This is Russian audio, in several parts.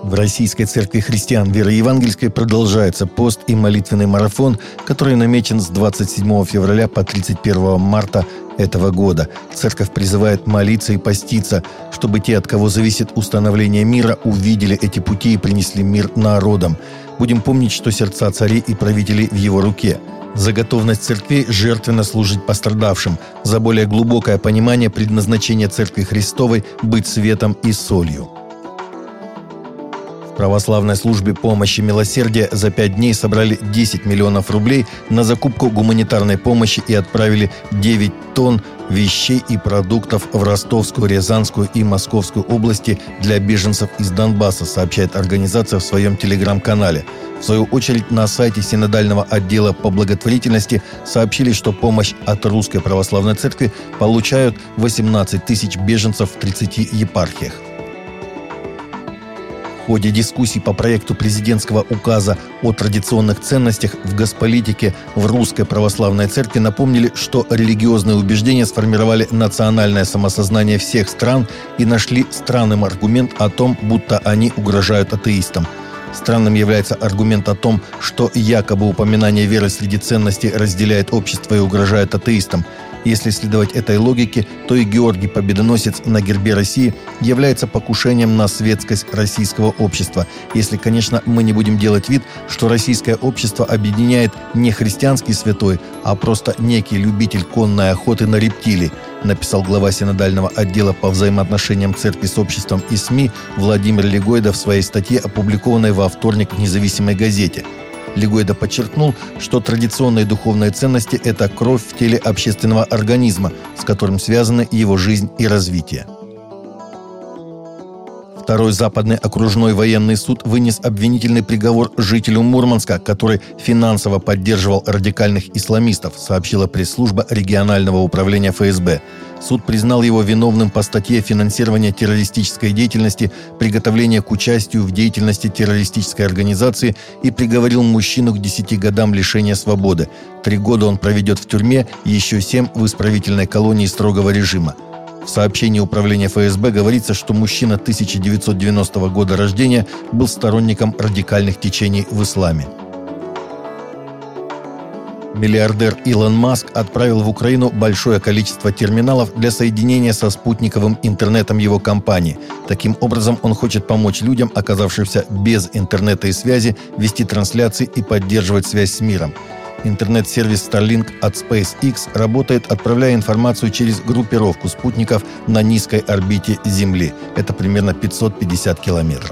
В Российской Церкви Христиан Веры Евангельской продолжается пост и молитвенный марафон, который намечен с 27 февраля по 31 марта этого года. Церковь призывает молиться и поститься, чтобы те, от кого зависит установление мира, увидели эти пути и принесли мир народам. Будем помнить, что сердца царей и правителей в его руке. За готовность церквей жертвенно служить пострадавшим, за более глубокое понимание предназначения Церкви Христовой быть светом и солью. В православной службе помощи милосердия за 5 дней собрали 10 миллионов рублей на закупку гуманитарной помощи и отправили 9 тонн вещей и продуктов в Ростовскую, Рязанскую и Московскую области для беженцев из Донбасса, сообщает организация в своем телеграм-канале. В свою очередь, на сайте Синодального отдела по благотворительности сообщили, что помощь от Русской Православной Церкви получают 18 тысяч беженцев в 30 епархиях. В ходе дискуссий по проекту президентского указа о традиционных ценностях в госполитике в Русской Православной Церкви напомнили, что религиозные убеждения сформировали национальное самосознание всех стран и нашли странным аргумент о том, будто они угрожают атеистам. Странным является аргумент о том, что якобы упоминание веры среди ценностей разделяет общество и угрожает атеистам. Если следовать этой логике, то и Георгий Победоносец на гербе России является покушением на светскость российского общества, если, конечно, мы не будем делать вид, что российское общество объединяет не христианский святой, а просто некий любитель конной охоты на рептилий, написал глава Синодального отдела по взаимоотношениям церкви с обществом и СМИ Владимир Легойда в своей статье, опубликованной во вторник в «Независимой газете». Легойда подчеркнул, что традиционные духовные ценности – это кровь в теле общественного организма, с которым связаны его жизнь и развитие. Второй Западный окружной военный суд вынес обвинительный приговор жителю Мурманска, который финансово поддерживал радикальных исламистов, сообщила пресс-служба регионального управления ФСБ. Суд признал его виновным по статье «Финансирование террористической деятельности», «Приготовление к участию в деятельности террористической организации» и приговорил мужчину к 10 годам лишения свободы. 3 года он проведет в тюрьме, еще 7 в исправительной колонии строгого режима. В сообщении управления ФСБ говорится, что мужчина 1990 года рождения был сторонником радикальных течений в исламе. Миллиардер Илон Маск отправил в Украину большое количество терминалов для соединения со спутниковым интернетом его компании. Таким образом, он хочет помочь людям, оказавшимся без интернета и связи, вести трансляции и поддерживать связь с миром. Интернет-сервис Starlink от SpaceX работает, отправляя информацию через группировку спутников на низкой орбите Земли. Это примерно 550 километров.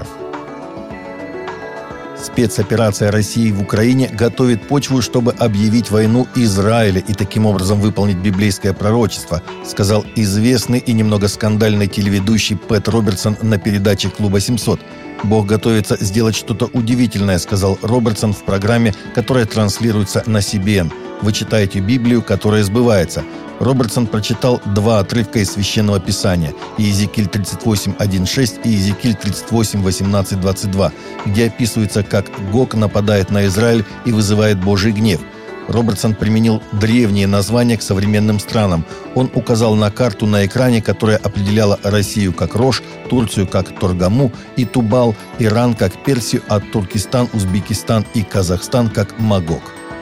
Спецоперация России в Украине готовит почву, чтобы объявить войну Израилю и таким образом выполнить библейское пророчество, сказал известный и немного скандальный телеведущий Пэт Робертсон на передаче «Клуба 700». «Бог готовится сделать что-то удивительное», — сказал Робертсон в программе, которая транслируется на CBN. «Вы читаете Библию, которая сбывается». Робертсон прочитал 2 отрывка из Священного Писания – Иезекииль 38:1-6 и Иезекииль 38:18-22, где описывается, как Гог нападает на Израиль и вызывает Божий гнев. Робертсон применил древние названия к современным странам. Он указал на карту на экране, которая определяла Россию как Рош, Турцию как Торгаму и Тубал, Иран как Персию, а Туркестан, Узбекистан и Казахстан как Магог.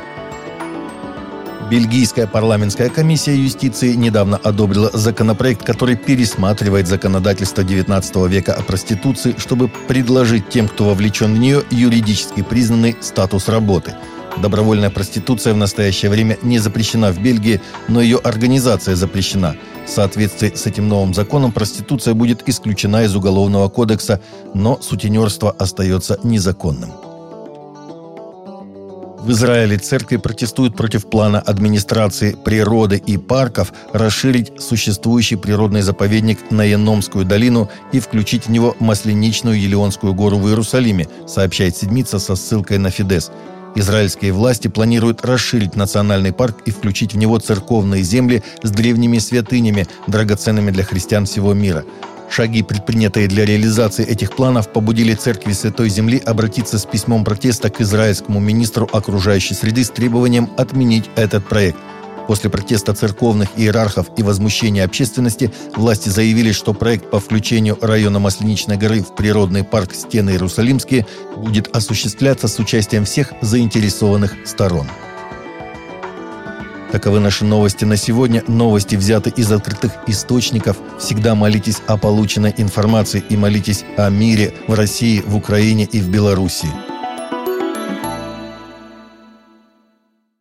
Бельгийская парламентская комиссия юстиции недавно одобрила законопроект, который пересматривает законодательство XIX века о проституции, чтобы предложить тем, кто вовлечен в нее, юридически признанный статус работы. Добровольная проституция в настоящее время не запрещена в Бельгии, но ее организация запрещена. В соответствии с этим новым законом проституция будет исключена из Уголовного кодекса, но сутенерство остается незаконным. В Израиле церкви протестуют против плана администрации природы и парков расширить существующий природный заповедник Наеномскую долину и включить в него Масленичную Елеонскую гору в Иерусалиме, сообщает Седмица со ссылкой на Фидес. Израильские власти планируют расширить национальный парк и включить в него церковные земли с древними святынями, драгоценными для христиан всего мира. Шаги, предпринятые для реализации этих планов, побудили церкви Святой Земли обратиться с письмом протеста к израильскому министру окружающей среды с требованием отменить этот проект. После протеста церковных иерархов и возмущения общественности власти заявили, что проект по включению района Масленичной горы в природный парк «Стены Иерусалимские» будет осуществляться с участием всех заинтересованных сторон. Таковы наши новости на сегодня. Новости взяты из открытых источников. Всегда молитесь о полученной информации и молитесь о мире в России, в Украине и в Белоруссии.